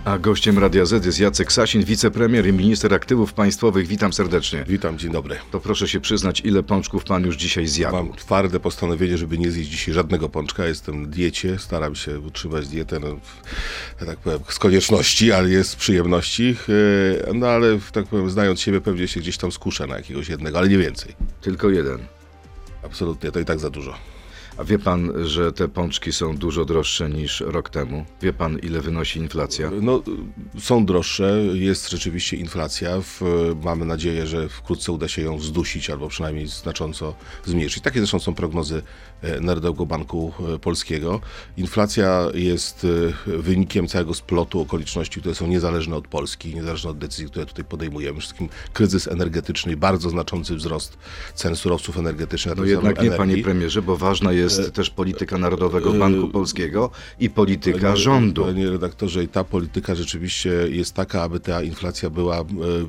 A gościem Radia Z jest Jacek Sasin, wicepremier i minister aktywów państwowych. Witam serdecznie. Witam, dzień dobry. To proszę się przyznać, ile pączków pan już dzisiaj zjadł? Mam twarde postanowienie, żeby nie zjeść dzisiaj żadnego pączka. Jestem w diecie, staram się utrzymać dietę, tak powiem, z konieczności, ale jest z przyjemności. No ale, tak powiem, znając siebie, pewnie się gdzieś tam skuszę na jakiegoś jednego, ale nie więcej. Tylko jeden. Absolutnie, to i tak za dużo. A wie pan, że te pączki są dużo droższe niż rok temu? Wie pan, ile wynosi inflacja? No, są droższe, jest rzeczywiście inflacja. Mamy nadzieję, że wkrótce uda się ją zdusić albo przynajmniej znacząco zmniejszyć. Takie zresztą są prognozy Narodowego Banku Polskiego. Inflacja jest wynikiem całego splotu okoliczności, które są niezależne od Polski, niezależne od decyzji, które tutaj podejmujemy. Wszystkim kryzys energetyczny, bardzo znaczący wzrost cen surowców energetycznych. No jednak nie, panie premierze, bo ważna jest też polityka Narodowego Banku Polskiego i polityka rządu. Panie redaktorze, i ta polityka rzeczywiście jest taka, aby ta inflacja była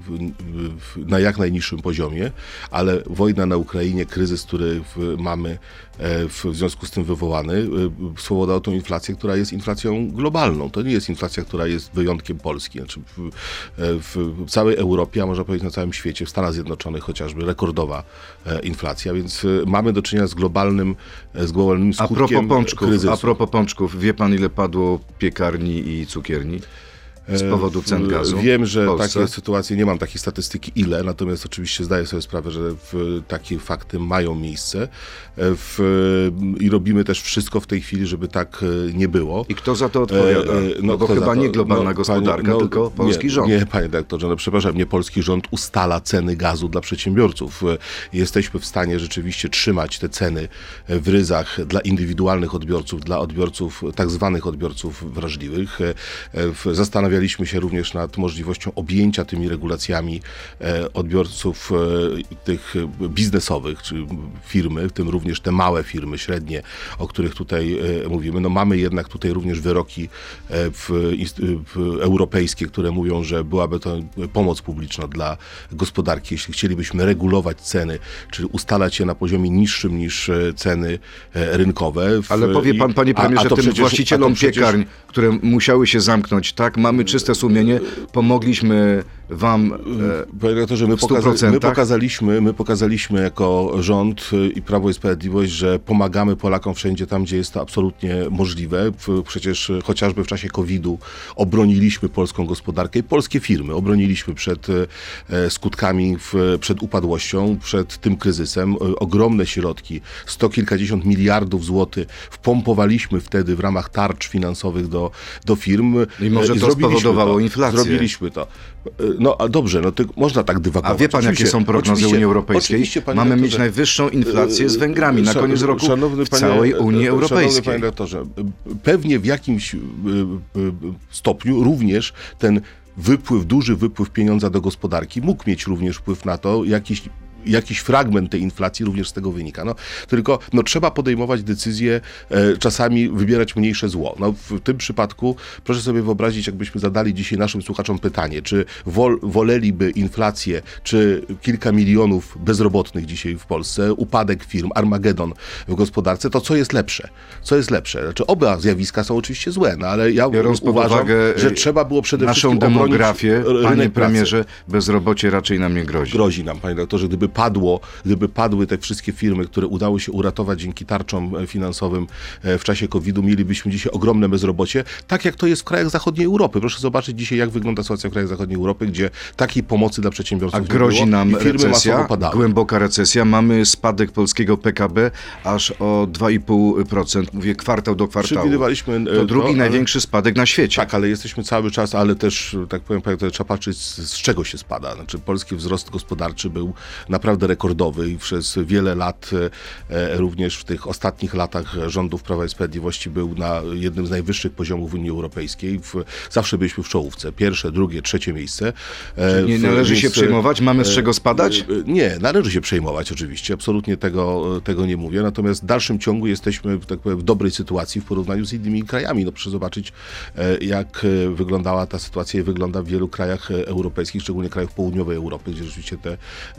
na jak najniższym poziomie, ale wojna na Ukrainie, kryzys, który mamy w związku z tym wywołany, spowodował tą inflację, która jest inflacją globalną. To nie jest inflacja, która jest wyjątkiem Polski. Znaczy w całej Europie, a można powiedzieć na całym świecie, w Stanach Zjednoczonych chociażby, rekordowa inflacja, więc mamy do czynienia z globalnym skutkiem kryzysu. A propos pączków, wie pan, ile padło piekarni i cukierni? Z powodu cen gazu? Wiem, że takie sytuacje, nie mam takiej statystyki ile, natomiast oczywiście zdaję sobie sprawę, że takie fakty mają miejsce i robimy też wszystko w tej chwili, żeby tak nie było. I kto za to odpowiada? No bo chyba nie globalna gospodarka, tylko polski rząd. Nie, panie dyrektorze, przepraszam, nie polski rząd ustala ceny gazu dla przedsiębiorców. Jesteśmy w stanie rzeczywiście trzymać te ceny w ryzach dla indywidualnych odbiorców, dla odbiorców, tak zwanych odbiorców wrażliwych. Zastanawialiśmy się również nad możliwością objęcia tymi regulacjami odbiorców tych biznesowych, czy firmy, w tym również te małe firmy, średnie, o których tutaj mówimy. No mamy jednak tutaj również wyroki europejskie, które mówią, że byłaby to pomoc publiczna dla gospodarki, jeśli chcielibyśmy regulować ceny, czyli ustalać je na poziomie niższym niż ceny rynkowe. Ale powie pan, panie premierze, tym właścicielom piekarń, które musiały się zamknąć, tak, mamy czyste sumienie, pomogliśmy wam Panie redaktorze, my pokazaliśmy jako rząd i Prawo i Sprawiedliwość, że pomagamy Polakom wszędzie tam, gdzie jest to absolutnie możliwe. Przecież chociażby w czasie COVID-u obroniliśmy polską gospodarkę i polskie firmy. Obroniliśmy przed skutkami, przed upadłością, przed tym kryzysem. Ogromne środki, kilkadziesiąt miliardów złotych wpompowaliśmy wtedy w ramach tarcz finansowych do firm. I może to spowodowało inflację. Zrobiliśmy to. No a dobrze, można tak dywagować. A wie pan, jakie są prognozy Unii Europejskiej? Mamy mieć najwyższą inflację z Węgrami na koniec roku w całej Unii Europejskiej. Szanowny panie redaktorze, pewnie w jakimś stopniu również ten duży wypływ pieniądza do gospodarki mógł mieć również wpływ na to, jakiś fragment tej inflacji również z tego wynika. Tylko trzeba podejmować decyzje, czasami wybierać mniejsze zło. W tym przypadku proszę sobie wyobrazić, jakbyśmy zadali dzisiaj naszym słuchaczom pytanie, czy woleliby inflację, czy kilka milionów bezrobotnych dzisiaj w Polsce, upadek firm, armagedon w gospodarce, to co jest lepsze? Co jest lepsze? Znaczy oba zjawiska są oczywiście złe, ale ja uważam, że trzeba było przede wszystkim naszą demografię, panie premierze, bezrobocie raczej nam nie grozi. Grozi nam, panie doktorze, gdyby padły te wszystkie firmy, które udało się uratować dzięki tarczom finansowym w czasie COVID-u, mielibyśmy dzisiaj ogromne bezrobocie, tak jak to jest w krajach zachodniej Europy. Proszę zobaczyć dzisiaj, jak wygląda sytuacja w krajach zachodniej Europy, gdzie takiej pomocy dla przedsiębiorców nie było. A grozi nam recesja, głęboka recesja. Mamy spadek polskiego PKB aż o 2,5%. Mówię kwartał do kwartału. Przewidywaliśmy to drugi największy spadek na świecie. Tak, ale jesteśmy cały czas, ale też, tak powiem, trzeba patrzeć, z czego się spada. Znaczy, polski wzrost gospodarczy był naprawdę rekordowy i przez wiele lat, również w tych ostatnich latach rządów Prawa i Sprawiedliwości, był na jednym z najwyższych poziomów w Unii Europejskiej. Zawsze byliśmy w czołówce. Pierwsze, drugie, trzecie miejsce. Czyli nie należy się przejmować? Mamy z czego spadać? Nie, należy się przejmować oczywiście. Absolutnie tego nie mówię. Natomiast w dalszym ciągu jesteśmy, tak powiem, w dobrej sytuacji w porównaniu z innymi krajami. Proszę zobaczyć, jak wyglądała ta sytuacja i wygląda w wielu krajach europejskich, szczególnie krajach południowej Europy, gdzie rzeczywiście te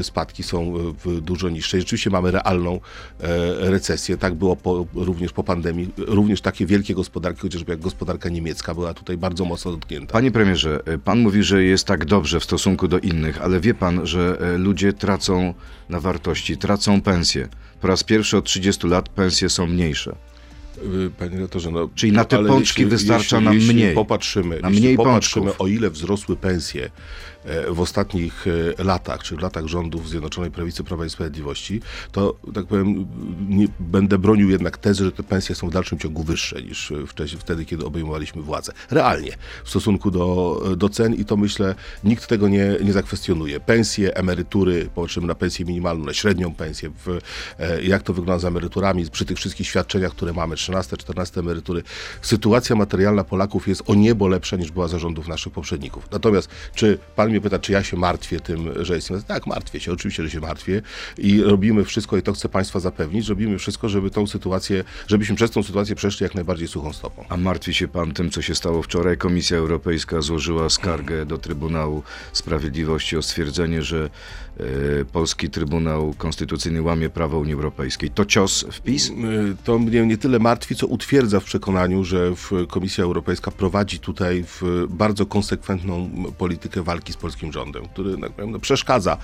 spadki są dużo niższe. Rzeczywiście mamy realną recesję. Tak było również po pandemii. Również takie wielkie gospodarki, chociażby jak gospodarka niemiecka, była tutaj bardzo mocno dotknięta. Panie premierze, pan mówi, że jest tak dobrze w stosunku do innych, ale wie pan, że ludzie tracą na wartości, tracą pensje. Po raz pierwszy od 30 lat pensje są mniejsze. Panie redaktorze, czyli na te pączki wystarcza nam mniej. Jeśli popatrzymy, o ile wzrosły pensje w ostatnich latach, czy w latach rządów Zjednoczonej Prawicy, Prawa i Sprawiedliwości, to, tak powiem, nie będę bronił jednak tezy, że te pensje są w dalszym ciągu wyższe niż wtedy, kiedy obejmowaliśmy władzę. Realnie, w stosunku do cen i to, myślę, nikt tego nie zakwestionuje. Pensje, emerytury, popatrzymy na pensję minimalną, na średnią pensję, jak to wygląda z emeryturami, przy tych wszystkich świadczeniach, które mamy, 13, 14 emerytury. Sytuacja materialna Polaków jest o niebo lepsza niż była za rządów naszych poprzedników. Natomiast, czy pan mnie pyta, czy ja się martwię tym, że jest... Tak, martwię się, oczywiście, że się martwię i robimy wszystko, i to chcę państwa zapewnić, robimy wszystko, żebyśmy przez tą sytuację przeszli jak najbardziej suchą stopą. A martwi się pan tym, co się stało wczoraj? Komisja Europejska złożyła skargę do Trybunału Sprawiedliwości o stwierdzenie, że polski Trybunał Konstytucyjny łamie prawo Unii Europejskiej. To cios w PiS? To mnie nie tyle martwi, co utwierdza w przekonaniu, że Komisja Europejska prowadzi tutaj bardzo konsekwentną politykę walki z polskim rządem, który przeszkadza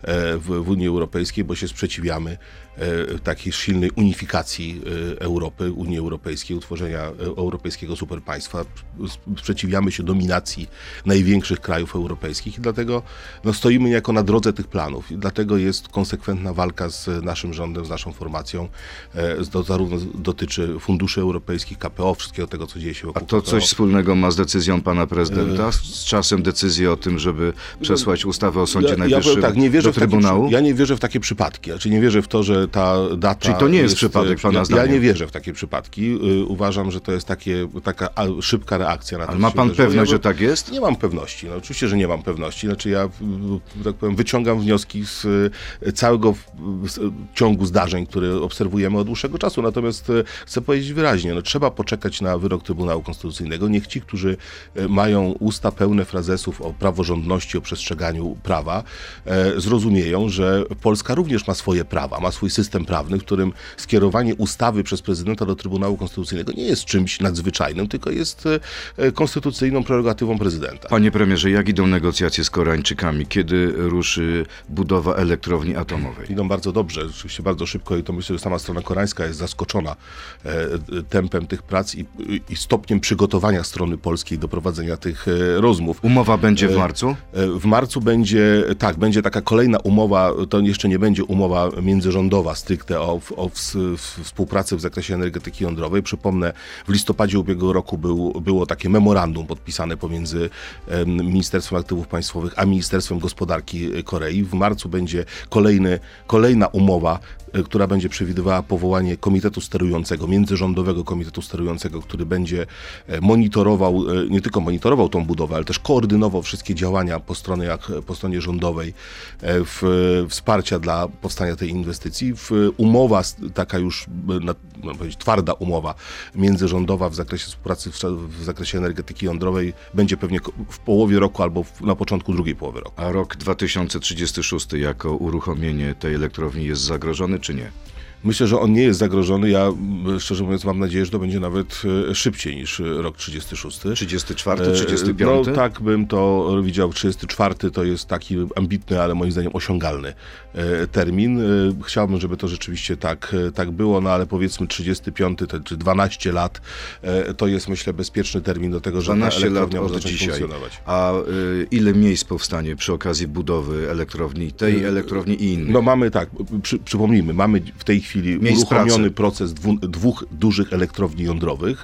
w Unii Europejskiej, bo się sprzeciwiamy takiej silnej unifikacji Europy, Unii Europejskiej, utworzenia europejskiego superpaństwa. Sprzeciwiamy się dominacji największych krajów europejskich i dlatego stoimy niejako na drodze tych planów. I dlatego jest konsekwentna walka z naszym rządem, z naszą formacją. To zarówno dotyczy funduszy europejskich, KPO, wszystkiego tego, co dzieje się wokół. A to coś wspólnego ma z decyzją pana prezydenta? Z czasem decyzji o tym, żeby przesłać ustawę o Sądzie Najwyższym do Trybunału? Ja nie wierzę w takie przypadki. Znaczy nie wierzę w to, że ta data... Czyli to nie jest przypadek, pana zdaniem? Ja nie wierzę w takie przypadki. Uważam, że to jest taka szybka reakcja na to. Ale ma pan pewność, że tak jest? Nie mam pewności. No, oczywiście, że nie mam pewności. Znaczy ja, tak powiem, wyciągam wnioski z całego ciągu zdarzeń, które obserwujemy od dłuższego czasu. Natomiast chcę powiedzieć wyraźnie, trzeba poczekać na wyrok Trybunału Konstytucyjnego. Niech ci, którzy mają usta pełne frazesów o praworządności, o przestrzeganiu prawa, zrozumieją, że Polska również ma swoje prawa, ma swój system prawny, w którym skierowanie ustawy przez prezydenta do Trybunału Konstytucyjnego nie jest czymś nadzwyczajnym, tylko jest konstytucyjną prerogatywą prezydenta. Panie premierze, jak idą negocjacje z Koreańczykami? Kiedy ruszy budowa elektrowni atomowej? Idą bardzo dobrze, oczywiście bardzo szybko i to myślę, że sama strona koreańska jest zaskoczona tempem tych prac i stopniem przygotowania strony polskiej do prowadzenia tych rozmów. Umowa będzie w marcu? W marcu będzie taka kolejna umowa, to jeszcze nie będzie umowa międzyrządowa stricte o współpracy w zakresie energetyki jądrowej. Przypomnę, w listopadzie ubiegłego roku było takie memorandum podpisane pomiędzy Ministerstwem Aktywów Państwowych a Ministerstwem Gospodarki Korei. W marcu będzie kolejna umowa, która będzie przewidywała powołanie komitetu sterującego, międzyrządowego komitetu sterującego, który będzie monitorował, nie tylko monitorował tą budowę, ale też koordynował wszystkie działania po stronie rządowej wsparcia dla powstania tej inwestycji. Umowa, taka już, można powiedzieć, twarda umowa międzyrządowa w zakresie współpracy w zakresie energetyki jądrowej będzie pewnie w połowie roku albo na początku drugiej połowy roku. A rok 2036 jako uruchomienie tej elektrowni jest zagrożony, czy nie? Myślę, że on nie jest zagrożony. Ja, szczerze mówiąc, mam nadzieję, że to będzie nawet szybciej niż rok 36. 34, 35? No tak bym to widział. 34 to jest taki ambitny, ale moim zdaniem osiągalny termin. Chciałbym, żeby to rzeczywiście tak było, no ale powiedzmy 35 czy 12 lat to jest, myślę, bezpieczny termin do tego, że 12 lat od dzisiaj. Funkcjonować. A ile miejsc powstanie przy okazji budowy elektrowni, tej elektrowni i innych? No mamy przypomnijmy, mamy w tej chwili uruchomiony proces dwóch dużych elektrowni jądrowych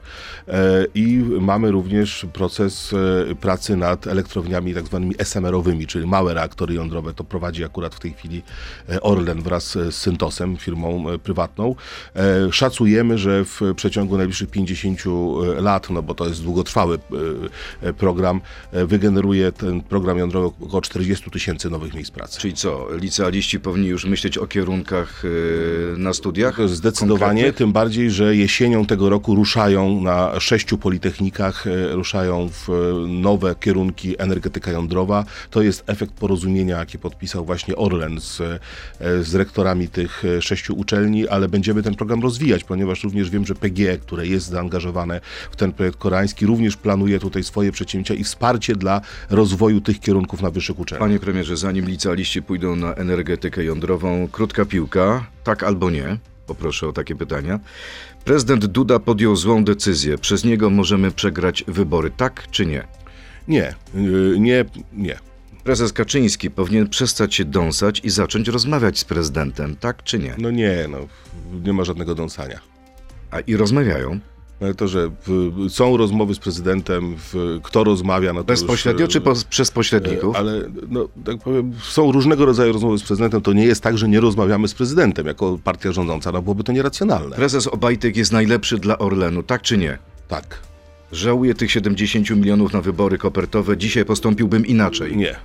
i mamy również proces pracy nad elektrowniami tak zwanymi SMR-owymi, czyli małe reaktory jądrowe. To prowadzi akurat w tej chwili Orlen wraz z Syntosem, firmą prywatną. Szacujemy, że w przeciągu najbliższych 50 lat, no bo to jest długotrwały program, wygeneruje ten program jądrowy około 40 000 nowych miejsc pracy. Czyli co, licealiści powinni już myśleć o kierunkach na studiach? Zdecydowanie, konkretnych? tym bardziej, że jesienią tego roku ruszają na 6 politechnikach, ruszają w nowe kierunki energetyka jądrowa. To jest efekt porozumienia, jakie podpisał właśnie Orlen z rektorami tych 6 uczelni, ale będziemy ten program rozwijać, ponieważ również wiem, że PGE, które jest zaangażowane w ten projekt koreański, również planuje tutaj swoje przedsięwzięcia i wsparcie dla rozwoju tych kierunków na wyższych uczelniach. Panie premierze, zanim licealiści pójdą na energetykę jądrową, krótka piłka, tak albo nie? Poproszę o takie pytania. Prezydent Duda podjął złą decyzję. Przez niego możemy przegrać wybory, tak czy nie? Nie. Prezes Kaczyński powinien przestać się dąsać i zacząć rozmawiać z prezydentem, tak czy nie? Nie ma żadnego dąsania. A i rozmawiają? Ale to, że są rozmowy z prezydentem, kto rozmawia... No to Bezpośrednio już, czy przez pośredników? Ale, tak powiem, są różnego rodzaju rozmowy z prezydentem. To nie jest tak, że nie rozmawiamy z prezydentem jako partia rządząca. No byłoby to nieracjonalne. Prezes Obajtek jest najlepszy dla Orlenu, tak czy nie? Tak. Żałuję tych 70 milionów na wybory kopertowe. Dzisiaj postąpiłbym inaczej. Nie.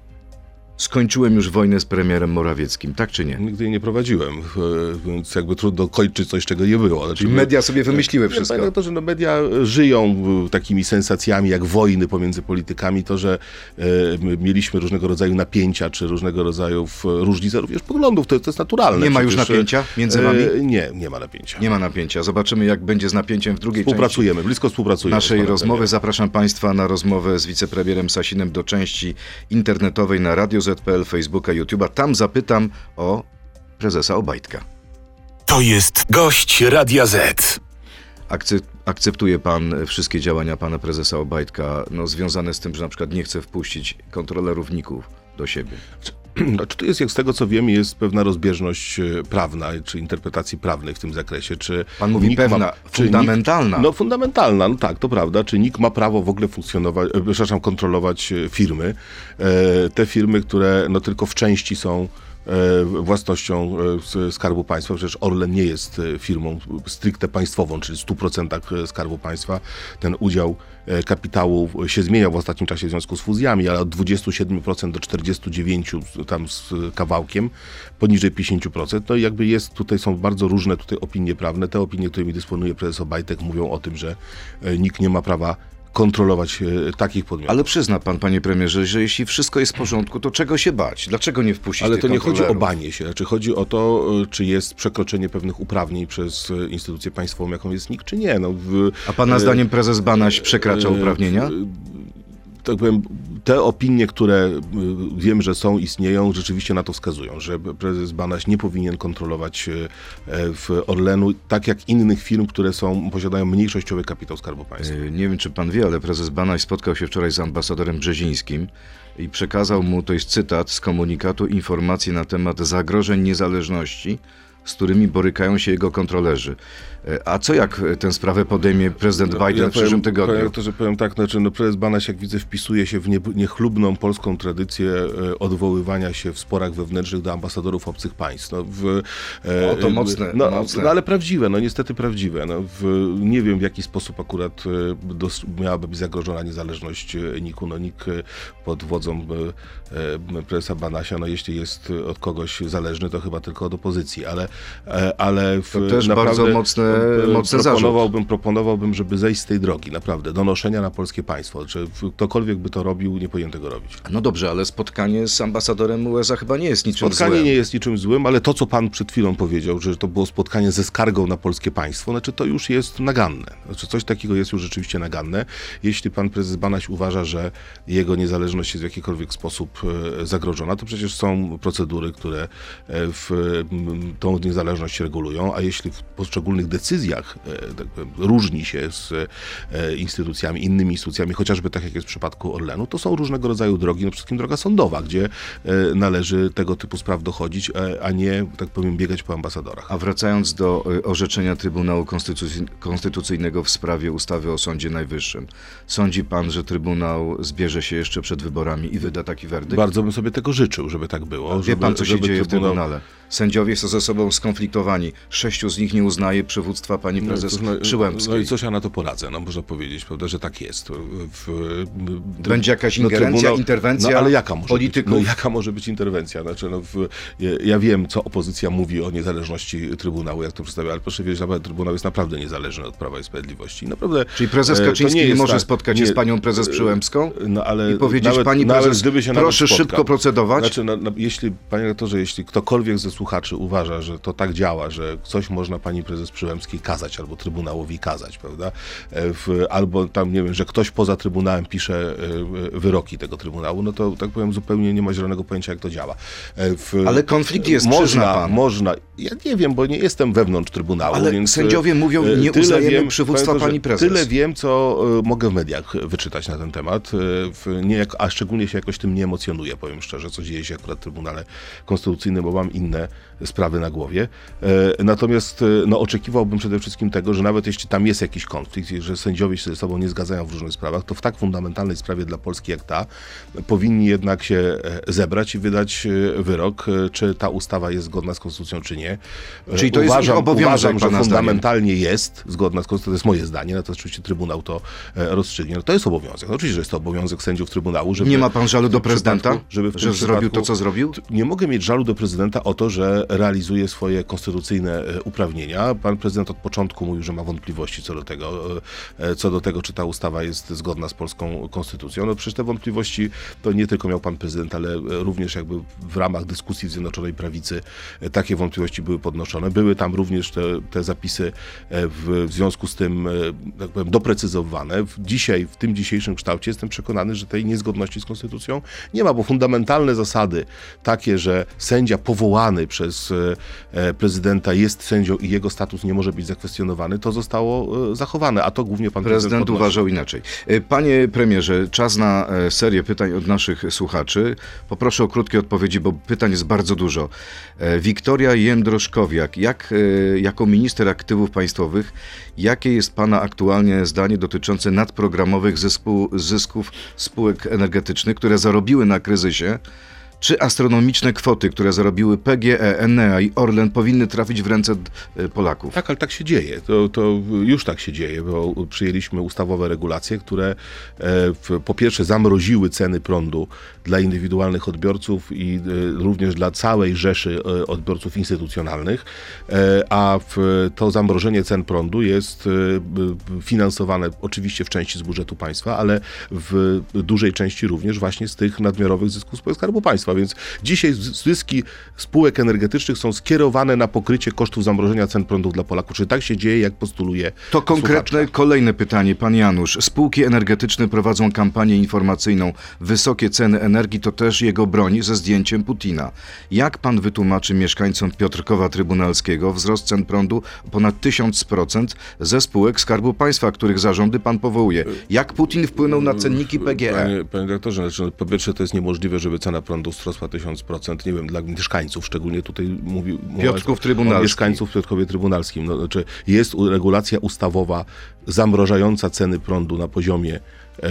Skończyłem już wojnę z premierem Morawieckim, tak czy nie? Nigdy jej nie prowadziłem, więc jakby trudno kończyć coś, czego nie było. Znaczy, Czyli media sobie wymyśliły wszystko. To, że media żyją takimi sensacjami jak wojny pomiędzy politykami, to, że mieliśmy różnego rodzaju napięcia, czy różnego rodzaju różnice również poglądów, to jest naturalne. Nie ma już napięcia między wami? Nie ma napięcia. Nie ma napięcia. Zobaczymy, jak będzie z napięciem w drugiej części blisko współpracujemy. Naszej rozmowy. Zapraszam Państwa na rozmowę z wicepremierem Sasinem do części internetowej na Radio Z.pl, Facebooka, YouTube'a. Tam zapytam o prezesa Obajtka. To jest gość Radia Z. Akceptuje pan wszystkie działania pana prezesa Obajtka, związane z tym, że na przykład nie chce wpuścić kontrolerów NIK-ów do siebie? Czy to jest, jak z tego co wiem, jest pewna rozbieżność prawna, czy interpretacji prawnej w tym zakresie? Czy pan mówi pewna, fundamentalna. Fundamentalna, tak, to prawda. Czy NIK ma prawo w ogóle kontrolować firmy? Te firmy, które tylko w części są własnością Skarbu Państwa. Przecież Orlen nie jest firmą stricte państwową, czyli w 100% Skarbu Państwa. Ten udział kapitału się zmieniał w ostatnim czasie w związku z fuzjami, ale od 27% do 49% tam z kawałkiem, poniżej 50%. No i jakby są bardzo różne opinie prawne. Te opinie, którymi dysponuje prezes Obajtek, mówią o tym, że nikt nie ma prawa kontrolować takich podmiotów. Ale przyzna pan, panie premierze, że jeśli wszystko jest w porządku, to czego się bać? Dlaczego nie wpuścić Ale tych to nie chodzi kontrolerów? o banie się, chodzi o to, czy jest przekroczenie pewnych uprawnień przez instytucję państwową, jaką jest NIK, czy nie. A pana zdaniem prezes Banaś przekracza uprawnienia? Tak powiem, te opinie, które wiem, że istnieją, rzeczywiście na to wskazują, że prezes Banaś nie powinien kontrolować w Orlenu, tak jak innych firm, które posiadają mniejszościowy kapitał Skarbu Państwa. Nie wiem, czy pan wie, ale prezes Banaś spotkał się wczoraj z ambasadorem Brzezińskim i przekazał mu, to jest cytat z komunikatu, informacje na temat zagrożeń niezależności, z którymi borykają się jego kontrolerzy. A co jak tę sprawę podejmie prezydent Biden w przyszłym tygodniu? Powiem tak, prezes Banaś, jak widzę, wpisuje się w niechlubną polską tradycję odwoływania się w sporach wewnętrznych do ambasadorów obcych państw. To mocne. Ale prawdziwe, niestety prawdziwe. Nie wiem, w jaki sposób akurat miałaby być zagrożona niezależność NIK-u. NIK pod wodzą prezesa Banasia, jest jest od kogoś zależny, to chyba tylko od opozycji, ale to też bardzo mocny zarzut. Proponowałbym, żeby zejść z tej drogi, naprawdę, donoszenia na polskie państwo. Czy ktokolwiek by to robił, nie powinien tego robić. No dobrze, ale spotkanie z ambasadorem USA chyba nie jest niczym złym. Spotkanie nie jest niczym złym, ale to, co pan przed chwilą powiedział, że to było spotkanie ze skargą na polskie państwo, to już jest naganne. Coś takiego jest już rzeczywiście naganne. Jeśli pan prezes Banaś uważa, że jego niezależność jest w jakikolwiek sposób zagrożona, to przecież są procedury, które tą niezależność regulują, a jeśli w poszczególnych decyzjach różni się z innymi instytucjami, chociażby tak jak jest w przypadku Orlenu, to są różnego rodzaju drogi, przede wszystkim droga sądowa, gdzie należy tego typu spraw dochodzić, a nie, tak powiem, biegać po ambasadorach. A wracając do orzeczenia Trybunału Konstytucyjnego w sprawie ustawy o Sądzie Najwyższym, sądzi pan, że Trybunał zbierze się jeszcze przed wyborami i wyda taki werdykt? Bardzo bym sobie tego życzył, żeby tak było. Wie pan, co się dzieje w Trybunale? Sędziowie są ze sobą skonfliktowani. 6 z nich nie uznaje przywództwa pani prezes Przyłębskiej. No i coś ja na to poradzę, no można powiedzieć, prawda, że tak jest. Będzie jakaś ingerencja, interwencja ale jaka może polityków? Być? Jaka może być interwencja? Znaczy, ja wiem, co opozycja mówi o niezależności Trybunału, jak to przedstawia, ale proszę wiedzieć, że Trybunał jest naprawdę niezależny od Prawa i Sprawiedliwości. Naprawdę, czyli prezes Kaczyński nie może spotkać się z panią prezes Przyłębską i powiedzieć, pani prezes, proszę szybko procedować? Znaczy, jeśli, panie redaktorze, jeśli ktokolwiek ze słuchaczy uważa, że to tak działa, że coś można pani prezes Przyłębskiej kazać, albo Trybunałowi kazać, prawda? Albo tam, nie wiem, że ktoś poza Trybunałem pisze wyroki tego Trybunału, no to, tak powiem, zupełnie nie ma zielonego pojęcia, jak to działa. Ale konflikt jest, przyzna pan. Można. Ja nie wiem, bo nie jestem wewnątrz Trybunału. Ale więc sędziowie mówią, nie uznajemy przywództwa pani prezes. Tyle wiem, co mogę w mediach wyczytać na ten temat, a szczególnie się jakoś tym nie emocjonuję, powiem szczerze, co dzieje się akurat w Trybunale Konstytucyjnym, bo mam inne sprawy na głowie. Natomiast oczekiwałbym przede wszystkim tego, że nawet jeśli tam jest jakiś konflikt, że sędziowie się ze sobą nie zgadzają w różnych sprawach, to w tak fundamentalnej sprawie dla Polski jak ta powinni jednak się zebrać i wydać wyrok, czy ta ustawa jest zgodna z konstytucją, czy nie. Czyli to jest ich obowiązek, uważam, że pana fundamentalnie jest zgodna z konstytucją, to jest moje zdanie, no to oczywiście Trybunał to rozstrzygnie. No to jest obowiązek. No oczywiście, że jest to obowiązek sędziów Trybunału, żeby... Nie ma pan żalu do prezydenta, że zrobił to, co zrobił? Nie mogę mieć żalu do prezydenta o to, że realizuje swoje konstytucyjne uprawnienia. Pan prezydent od początku mówił, że ma wątpliwości co do tego, czy ta ustawa jest zgodna z polską konstytucją. No przecież te wątpliwości to nie tylko miał pan prezydent, ale również jakby w ramach dyskusji w Zjednoczonej Prawicy takie wątpliwości były podnoszone. Były tam również te zapisy w związku z tym, tak powiem, doprecyzowane. Dzisiaj, w tym dzisiejszym kształcie jestem przekonany, że tej niezgodności z konstytucją nie ma, bo fundamentalne zasady takie, że sędzia powołany przez prezydenta jest sędzią i jego status nie może być zakwestionowany, to zostało zachowane, a to głównie pan prezydent uważał inaczej. Panie premierze, czas na serię pytań od naszych słuchaczy. Poproszę o krótkie odpowiedzi, bo pytań jest bardzo dużo. Wiktoria Jędroszkowiak, jako minister aktywów państwowych, jakie jest pana aktualnie zdanie dotyczące nadprogramowych zysków spółek energetycznych, które zarobiły na kryzysie? Czy astronomiczne kwoty, które zarobiły PGE, Enea i Orlen, powinny trafić w ręce Polaków? Tak, ale tak się dzieje. To już tak się dzieje, bo przyjęliśmy ustawowe regulacje, które po pierwsze zamroziły ceny prądu dla indywidualnych odbiorców i również dla całej rzeszy odbiorców instytucjonalnych, a to zamrożenie cen prądu jest finansowane oczywiście w części z budżetu państwa, ale w dużej części również właśnie z tych nadmiarowych zysków spółek Skarbu Państwa. Więc dzisiaj zyski spółek energetycznych są skierowane na pokrycie kosztów zamrożenia cen prądu dla Polaków. Czy tak się dzieje, jak postuluje To konkretne kolejne pytanie, pan Janusz. Spółki energetyczne prowadzą kampanię informacyjną. Wysokie ceny energii to też jego broń ze zdjęciem Putina. Jak pan wytłumaczy mieszkańcom Piotrkowa Trybunalskiego wzrost cen prądu o ponad 1000% ze spółek Skarbu Państwa, których zarządy pan powołuje? Jak Putin wpłynął na cenniki PGE? Panie dyrektorze, po pierwsze to jest niemożliwe, żeby cena prądu wzrosła 1000%, nie wiem, dla mieszkańców, szczególnie tutaj Piotrków Trybunalski. Mieszkańców w Piotrkowie Trybunalskim. No, znaczy jest regulacja ustawowa zamrażająca ceny prądu na poziomie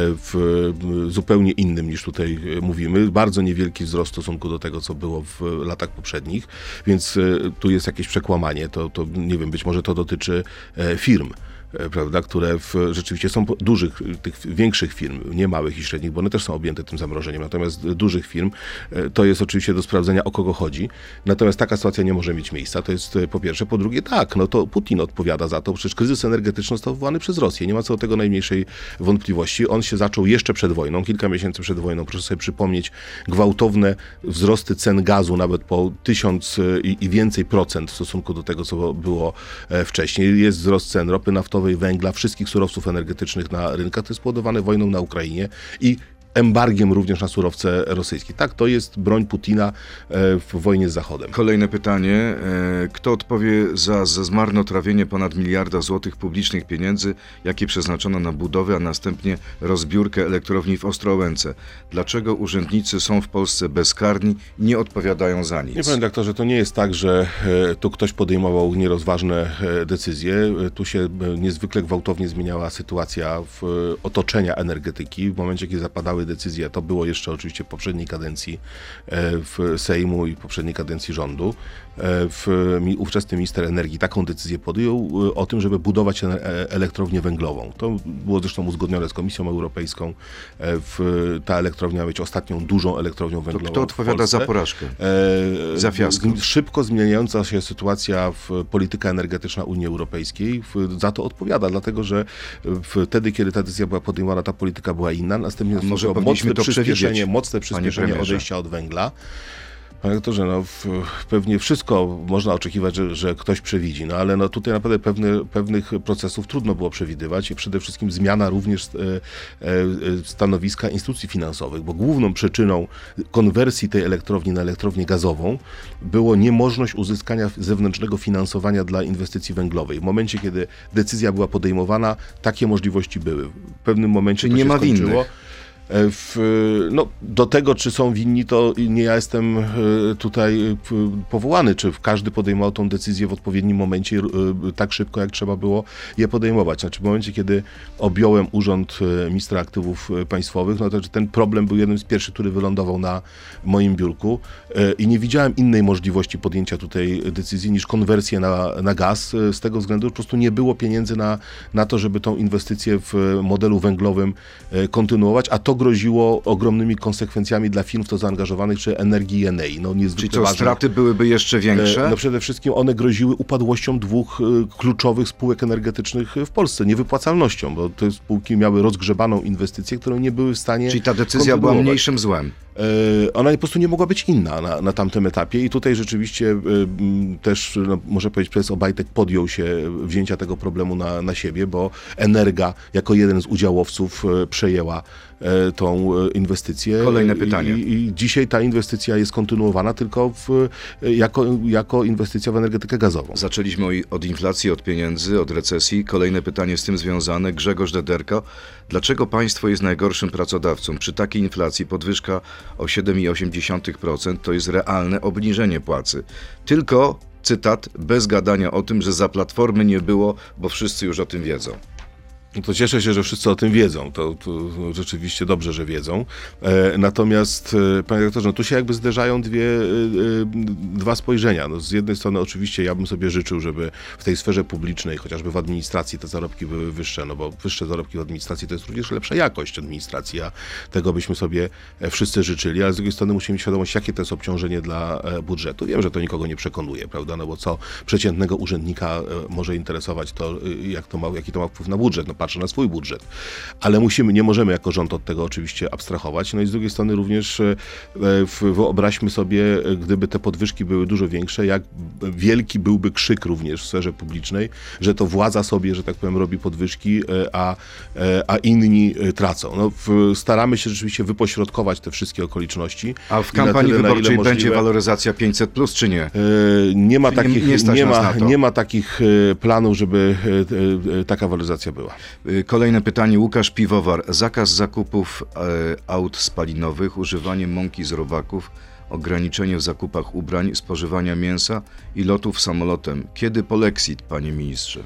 zupełnie innym niż tutaj mówimy. Bardzo niewielki wzrost w stosunku do tego, co było w latach poprzednich, więc tu jest jakieś przekłamanie. To nie wiem, być może to dotyczy firm, prawda, które rzeczywiście są dużych, tych większych firm, nie małych i średnich, bo one też są objęte tym zamrożeniem, natomiast dużych firm to jest oczywiście do sprawdzenia, o kogo chodzi. Natomiast taka sytuacja nie może mieć miejsca, to jest po pierwsze. Po drugie, tak, no to Putin odpowiada za to, przecież kryzys energetyczny został wywołany przez Rosję, nie ma co do tego najmniejszej wątpliwości. On się zaczął jeszcze przed wojną, kilka miesięcy przed wojną, proszę sobie przypomnieć, gwałtowne wzrosty cen gazu, nawet po 1000 i więcej procent w stosunku do tego, co było wcześniej. Jest wzrost cen ropy naftowej, węgla, wszystkich surowców energetycznych na rynkach. To jest spowodowane wojną na Ukrainie i embargiem również na surowce rosyjskie. Tak, to jest broń Putina w wojnie z Zachodem. Kolejne pytanie. Kto odpowie za zmarnotrawienie ponad 1 miliarda złotych publicznych pieniędzy, jakie przeznaczono na budowę, a następnie rozbiórkę elektrowni w Ostrołęce? Dlaczego urzędnicy są w Polsce bezkarni i nie odpowiadają za nic? Nie, panie doktorze, to nie jest tak, że tu ktoś podejmował nierozważne decyzje. Tu się niezwykle gwałtownie zmieniała sytuacja otoczenia energetyki w momencie, kiedy zapadały decyzje, to było jeszcze oczywiście w poprzedniej kadencji w Sejmu i poprzedniej kadencji rządu. Ówczesny minister energii taką decyzję podjął o tym, żeby budować elektrownię węglową. To było zresztą uzgodnione z Komisją Europejską. Ta elektrownia ma być ostatnią dużą elektrownią węglową. To kto odpowiada za porażkę? Za fiasko? Szybko zmieniająca się sytuacja polityka energetyczna Unii Europejskiej za to odpowiada, dlatego że wtedy, kiedy ta decyzja była podejmowana, ta polityka była inna. Następnie może mocne przyspieszenie odejścia od węgla. Panie doktorze, pewnie wszystko można oczekiwać, że ktoś przewidzi, ale tutaj naprawdę pewnych procesów trudno było przewidywać i przede wszystkim zmiana również stanowiska instytucji finansowych, bo główną przyczyną konwersji tej elektrowni na elektrownię gazową było niemożność uzyskania zewnętrznego finansowania dla inwestycji węglowej. W momencie, kiedy decyzja była podejmowana, takie możliwości były. W pewnym momencie czyli to nie się ma skończyło. winnych. Do tego, czy są winni, to nie ja jestem tutaj powołany, czy każdy podejmował tą decyzję w odpowiednim momencie tak szybko, jak trzeba było je podejmować. Znaczy w momencie, kiedy objąłem urząd ministra aktywów państwowych, to ten problem był jednym z pierwszych, który wylądował na moim biurku i nie widziałem innej możliwości podjęcia tutaj decyzji niż konwersję na gaz, z tego względu, że po prostu nie było pieniędzy na to, żeby tą inwestycję w modelu węglowym kontynuować, a to groziło ogromnymi konsekwencjami dla firm w to zaangażowanych, czy Energii i Enei. Czyli co, straty byłyby jeszcze większe? Przede wszystkim one groziły upadłością dwóch kluczowych spółek energetycznych w Polsce, niewypłacalnością, bo te spółki miały rozgrzebaną inwestycję, którą nie były w stanie Czyli ta decyzja była mniejszym złem? Ona po prostu nie mogła być inna na tamtym etapie i tutaj rzeczywiście też, może powiedzieć, prezes Obajtek podjął się wzięcia tego problemu na siebie, bo Energa jako jeden z udziałowców przejęła tą inwestycję. Kolejne pytanie. I dzisiaj ta inwestycja jest kontynuowana tylko jako inwestycja w energetykę gazową. Zaczęliśmy od inflacji, od pieniędzy, od recesji. Kolejne pytanie z tym związane. Grzegorz Dederko. Dlaczego państwo jest najgorszym pracodawcą? Przy takiej inflacji podwyżka o 7,8% to jest realne obniżenie płacy. Tylko, cytat, bez gadania o tym, że za Platformy nie było, bo wszyscy już o tym wiedzą. To cieszę się, że wszyscy o tym wiedzą. To rzeczywiście dobrze, że wiedzą. Natomiast, panie doktorze, tu się jakby zderzają dwa spojrzenia. Z jednej strony oczywiście ja bym sobie życzył, żeby w tej sferze publicznej, chociażby w administracji, te zarobki były wyższe, bo wyższe zarobki w administracji to jest również lepsza jakość administracji, a tego byśmy sobie wszyscy życzyli, ale z drugiej strony musimy mieć świadomość, jakie to jest obciążenie dla budżetu. Wiem, że to nikogo nie przekonuje, prawda, bo co przeciętnego urzędnika może interesować to, jaki to ma wpływ na budżet. Patrzę na swój budżet, ale nie możemy jako rząd od tego oczywiście abstrahować. No i z drugiej strony również wyobraźmy sobie, gdyby te podwyżki były dużo większe, jak wielki byłby krzyk również w sferze publicznej, że to władza sobie, że tak powiem, robi podwyżki, a inni tracą. Staramy się rzeczywiście wypośrodkować te wszystkie okoliczności. A w kampanii wyborczej będzie waloryzacja 500+, czy nie? Nie ma takich planów, żeby taka waloryzacja była. Kolejne pytanie. Łukasz Piwowar. Zakaz zakupów aut spalinowych, używanie mąki z robaków, ograniczenie w zakupach ubrań, spożywania mięsa i lotów samolotem. Kiedy polexit, panie ministrze?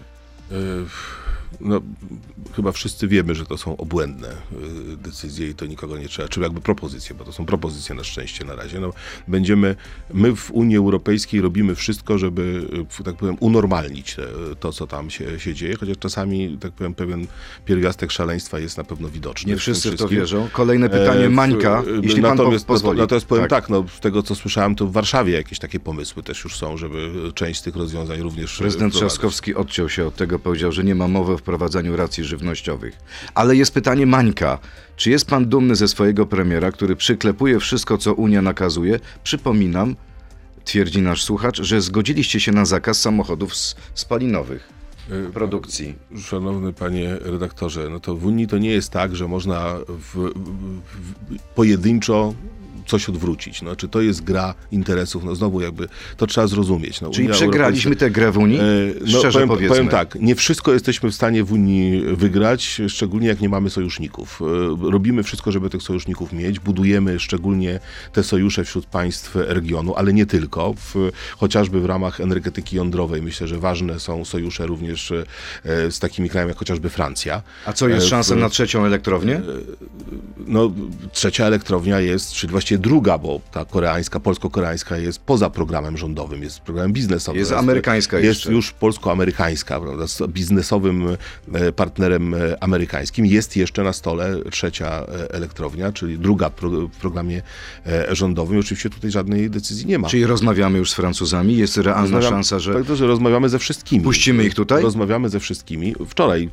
Chyba wszyscy wiemy, że to są obłędne decyzje i to nikogo nie trzeba, czy jakby propozycje, bo to są propozycje na szczęście na razie. My w Unii Europejskiej robimy wszystko, żeby, tak powiem, unormalnić to, co tam się dzieje, chociaż czasami, tak powiem, pewien pierwiastek szaleństwa jest na pewno widoczny. Nie wszyscy w to wierzą. Kolejne pytanie, Mańka, jeśli pan pozwoli. Natomiast powiem tak, z tego, co słyszałem, to w Warszawie jakieś takie pomysły też już są, żeby część z tych rozwiązań również Prezydent Trzaskowski odciął się od tego, powiedział, że nie ma mowy o wprowadzaniu racji żywnościowych. Ale jest pytanie Mańka. Czy jest pan dumny ze swojego premiera, który przyklepuje wszystko, co Unia nakazuje? Przypominam, twierdzi nasz słuchacz, że zgodziliście się na zakaz samochodów spalinowych w produkcji. Szanowny panie redaktorze, to w Unii to nie jest tak, że można pojedynczo coś odwrócić. Czy to jest gra interesów? Znowu jakby to trzeba zrozumieć. Czyli przegraliśmy tę grę w Unii? Szczerze powiedzmy. Powiem tak, nie wszystko jesteśmy w stanie w Unii wygrać, szczególnie jak nie mamy sojuszników. Robimy wszystko, żeby tych sojuszników mieć, budujemy szczególnie te sojusze wśród państw regionu, ale nie tylko. Chociażby w ramach energetyki jądrowej myślę, że ważne są sojusze również z takimi krajami jak chociażby Francja. A co, jest szansa na trzecią elektrownię? No, trzecia elektrownia jest, czyli właściwie druga, bo ta koreańska, polsko-koreańska jest poza programem rządowym, jest programem biznesowym. Jest amerykańska jest jeszcze. już polsko-amerykańska, prawda, z biznesowym partnerem amerykańskim. Jest jeszcze na stole trzecia elektrownia, czyli druga w programie rządowym. Oczywiście tutaj żadnej decyzji nie ma. Czyli rozmawiamy już z Francuzami? Jest realna szansa, że... Tak, to, że rozmawiamy ze wszystkimi. Puścimy ich tutaj? Rozmawiamy ze wszystkimi. Wczoraj,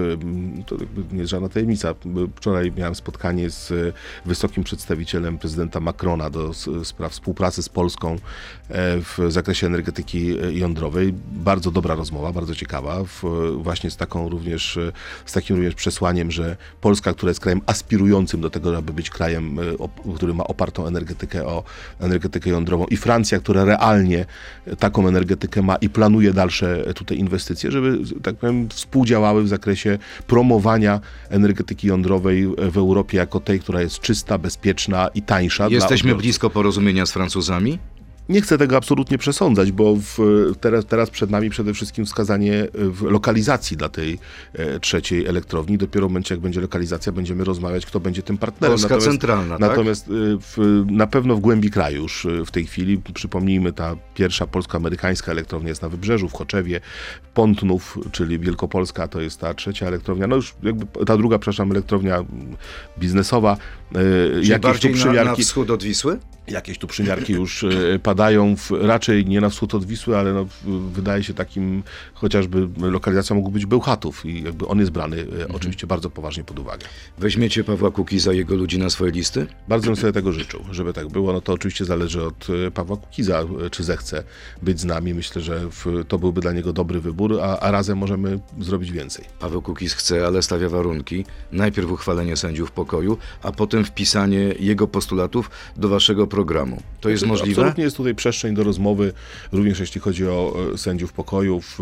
to nie jest żadna tajemnica, wczoraj miałem spotkanie z wysokim przedstawicielem prezydenta Macrona do spraw współpracy z Polską w zakresie energetyki jądrowej. Bardzo dobra rozmowa, bardzo ciekawa, właśnie z takim również przesłaniem, że Polska, która jest krajem aspirującym do tego, aby być krajem, który ma opartą energetykę jądrową, i Francja, która realnie taką energetykę ma i planuje dalsze tutaj inwestycje, żeby, tak powiem, współdziałały w zakresie promowania energetyki jądrowej w Europie jako tej, która jest czysta, bezpieczna i tańsza. Jesteśmy blisko porozumienia z Francuzami? Nie chcę tego absolutnie przesądzać, bo teraz przed nami przede wszystkim wskazanie lokalizacji dla tej trzeciej elektrowni. Dopiero w momencie, jak będzie lokalizacja, będziemy rozmawiać, kto będzie tym partnerem. Polska centralna, tak? Natomiast na pewno w głębi kraju już w tej chwili, przypomnijmy, ta pierwsza polsko-amerykańska elektrownia jest na Wybrzeżu, w Choczewie, Pątnów, czyli Wielkopolska, to jest ta trzecia elektrownia. No już jakby ta druga, elektrownia biznesowa. Czyli bardziej na wschód od Wisły? Jakieś tu przymiarki już padają, raczej nie na wschód od Wisły, ale no, wydaje się takim chociażby lokalizacją mógł być Bełchatów i jakby on jest brany oczywiście bardzo poważnie pod uwagę. Weźmiecie Pawła Kukiza i jego ludzi na swoje listy? Bardzo bym sobie tego życzył, żeby tak było. No to oczywiście zależy od Pawła Kukiza, czy zechce być z nami. Myślę, że to byłby dla niego dobry wybór, a razem możemy zrobić więcej. Paweł Kukiz chce, ale stawia warunki. Najpierw uchwalenie sędziów pokoju, a potem wpisanie jego postulatów do waszego programu. To jest możliwe? Absolutnie jest tutaj przestrzeń do rozmowy, również jeśli chodzi o sędziów pokojów.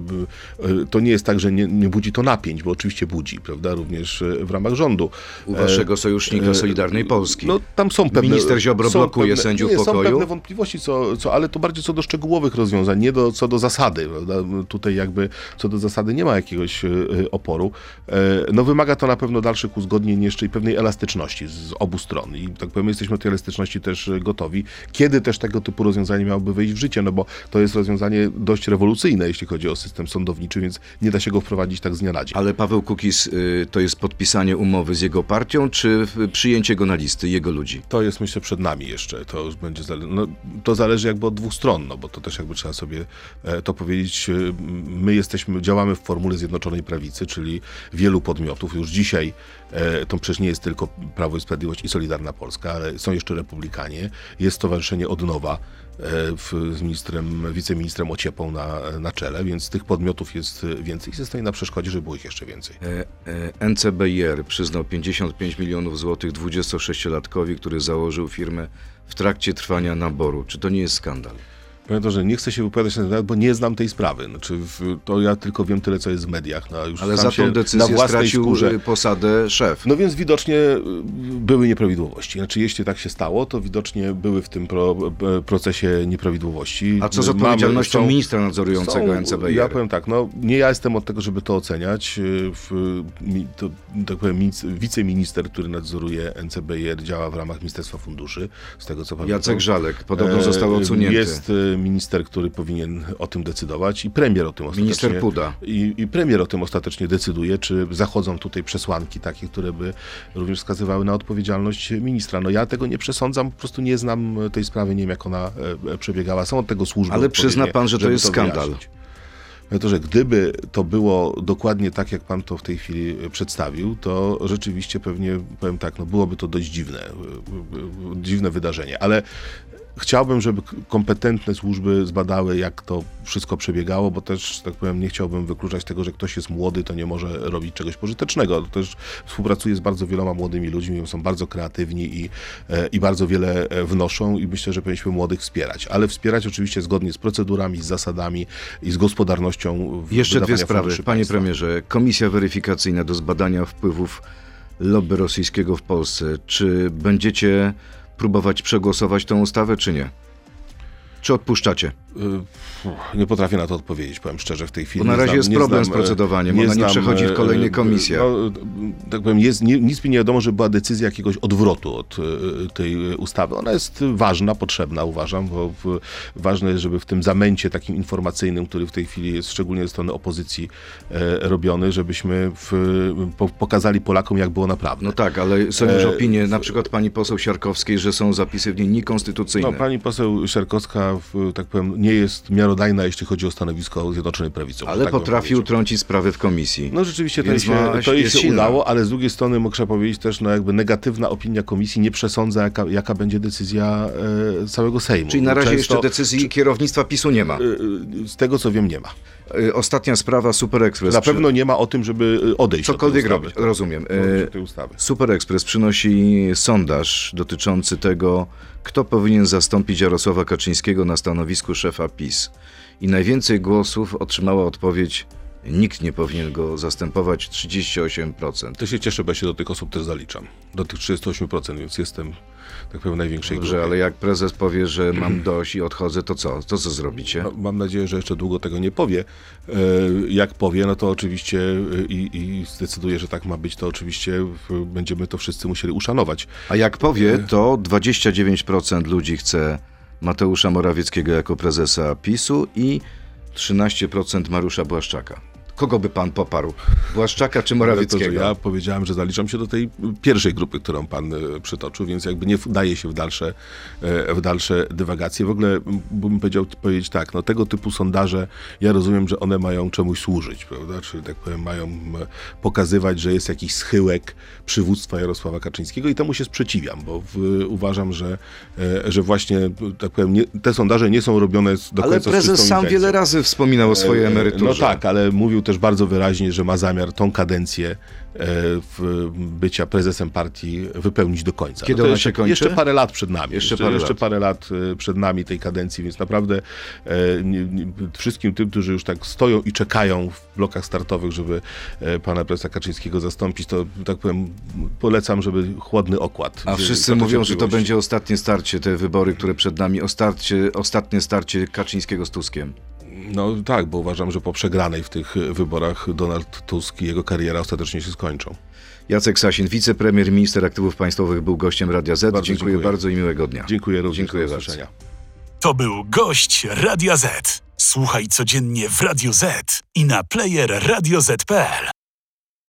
To nie jest tak, że nie budzi to napięć, bo oczywiście budzi, prawda, również w ramach rządu. U waszego sojusznika Solidarnej Polski. No, tam są pewne... Minister Ziobro blokuje sędziów pokoju. Są pewne wątpliwości, ale to bardziej co do szczegółowych rozwiązań, nie co do zasady, prawda? Tutaj jakby co do zasady nie ma jakiegoś oporu. No wymaga to na pewno dalszych uzgodnień jeszcze i pewnej elastyczności z obu stron. I tak powiem, jesteśmy do tej elastyczności też gotowi. Kiedy też tego typu rozwiązanie miałoby wejść w życie, no bo to jest rozwiązanie dość rewolucyjne, jeśli chodzi o system sądowniczy, więc nie da się go wprowadzić tak z dnia na dzień. Ale Paweł Kukiz, to jest podpisanie umowy z jego partią, czy przyjęcie go na listy, jego ludzi? To jest, myślę, przed nami jeszcze. To już będzie to zależy jakby od dwóch stron, no bo to też jakby trzeba sobie to powiedzieć. My działamy w formule Zjednoczonej Prawicy, czyli wielu podmiotów. Już dzisiaj to przecież nie jest tylko Prawo i Sprawiedliwość i Solidarna Polska, ale są jeszcze Republikanie. Jest Stowarzyszenie Odnowa z wiceministrem Ociepą na czele, więc tych podmiotów jest więcej i stoi na przeszkodzie, żeby było ich jeszcze więcej. NCBR przyznał 55 milionów złotych 26-latkowi, który założył firmę w trakcie trwania naboru. Czy to nie jest skandal? Powiem to, że nie chcę się wypowiadać na ten temat, bo nie znam tej sprawy. Znaczy, to ja tylko wiem tyle, co jest w mediach. No, już ale za tą decyzję stracił posadę szef. No więc widocznie były nieprawidłowości. Znaczy, jeśli tak się stało, to widocznie były w tym procesie nieprawidłowości. A co z odpowiedzialnością ministra nadzorującego NCBR? Ja powiem tak, no nie ja jestem od tego, żeby to oceniać. Tak powiem, wiceminister, który nadzoruje NCBR, działa w ramach Ministerstwa Funduszy, z tego co pamiętam. Jacek Żalek, podobno został odsunięty. Jest minister, który powinien o tym decydować i premier o tym ostatecznie... Minister Puda. I premier o tym ostatecznie decyduje, czy zachodzą tutaj przesłanki takie, które by również wskazywały na odpowiedzialność ministra. No ja tego nie przesądzam, po prostu nie znam tej sprawy, nie wiem jak ona przebiegała. Są od tego służby. Ale przyzna pan, że to jest skandal. To, że gdyby to było dokładnie tak, jak pan to w tej chwili przedstawił, to rzeczywiście pewnie, powiem tak, no byłoby to dość dziwne wydarzenie, ale chciałbym, żeby kompetentne służby zbadały, jak to wszystko przebiegało, bo też, tak powiem, nie chciałbym wykluczać tego, że ktoś jest młody, to nie może robić czegoś pożytecznego. Też współpracuję z bardzo wieloma młodymi ludźmi, są bardzo kreatywni i bardzo wiele wnoszą i myślę, że powinniśmy młodych wspierać. Ale wspierać oczywiście zgodnie z procedurami, z zasadami i z gospodarnością. Jeszcze dwie sprawy. Panie premierze, Komisja Weryfikacyjna do zbadania wpływów lobby rosyjskiego w Polsce. Czy będziecie próbować przegłosować tę ustawę, czy nie? Czy odpuszczacie? Nie potrafię na to odpowiedzieć, powiem szczerze, w tej chwili. Bo na razie jest problem z procedowaniem, ona nie przechodzi w kolejnych komisjach. Tak powiem, nic mi nie wiadomo, że była decyzja jakiegoś odwrotu od tej ustawy. Ona jest ważna, potrzebna, uważam, bo ważne jest, żeby w tym zamęcie takim informacyjnym, który w tej chwili jest szczególnie ze strony opozycji robiony, żebyśmy pokazali Polakom, jak było naprawdę. No tak, ale są już opinie, na przykład pani poseł Siarkowskiej, że są zapisy w niej niekonstytucyjne. No, pani poseł Siarkowska, tak powiem, nie jest miarodajna, jeśli chodzi o stanowisko Zjednoczonej Prawicy. Ale tak potrafi utrącić sprawy w komisji. No rzeczywiście to jej się silna. udało, ale z drugiej strony trzeba powiedzieć też, jakby negatywna opinia komisji nie przesądza, jaka będzie decyzja całego Sejmu. Czyli na razie jeszcze decyzji kierownictwa PiS-u nie ma. Z tego co wiem, nie ma. Ostatnia sprawa, Super Express. Na pewno nie ma o tym, żeby odejść cokolwiek od tej ustawy. robić, rozumiem. Od tej ustawy. Super Express przynosi sondaż dotyczący tego, kto powinien zastąpić Jarosława Kaczyńskiego na stanowisku szefa PiS. I najwięcej głosów otrzymała odpowiedź: nikt nie powinien go zastępować, 38%. To się cieszę, bo ja się do tych osób też zaliczam. Do tych 38%, więc jestem, tak powiem, największej Dobrze, grupie. ale jak prezes powie, że mam dość i odchodzę, to co? To co zrobicie? No, mam nadzieję, że jeszcze długo tego nie powie. Jak powie, no to oczywiście i zdecyduje, że tak ma być, to oczywiście będziemy to wszyscy musieli uszanować. A jak powie, to 29% ludzi chce Mateusza Morawieckiego jako prezesa PiS-u i 13% Mariusza Błaszczaka. Kogo by pan poparł? Błaszczaka czy Morawieckiego? Ja powiedziałem, że zaliczam się do tej pierwszej grupy, którą pan przytoczył, więc jakby nie wdaję się w dalsze dywagacje. W ogóle bym powiedzieć tak, no tego typu sondaże, ja rozumiem, że one mają czemuś służyć, prawda? Czyli tak powiem, mają pokazywać, że jest jakiś schyłek przywództwa Jarosława Kaczyńskiego i temu się sprzeciwiam, bo uważam, że właśnie, tak powiem, te sondaże nie są robione do końca Ale z czystą prezes sam intencją. wiele razy wspominał o swojej emeryturze. No tak, ale mówił też bardzo wyraźnie, że ma zamiar tą kadencję bycia prezesem partii wypełnić do końca. Kiedy no to ona się kończy? Jeszcze parę lat przed nami. Jeszcze parę lat przed nami tej kadencji, więc naprawdę wszystkim tym, którzy już tak stoją i czekają w blokach startowych, żeby pana prezesa Kaczyńskiego zastąpić, to tak powiem, polecam, żeby chłodny okład. A wszyscy mówią, że to będzie ostatnie starcie, te wybory, które przed nami, ostatnie starcie Kaczyńskiego z Tuskiem. No tak, bo uważam, że po przegranej w tych wyborach Donald Tusk i jego kariera ostatecznie się skończą. Jacek Sasin, wicepremier, minister aktywów państwowych, był gościem Radia Z. Bardzo Dziękuję bardzo i miłego dnia. Dziękuję również. Dziękuję do bardzo. usłyszenia. To był gość Radia Z. Słuchaj codziennie w Radio Z i na player radioz.pl.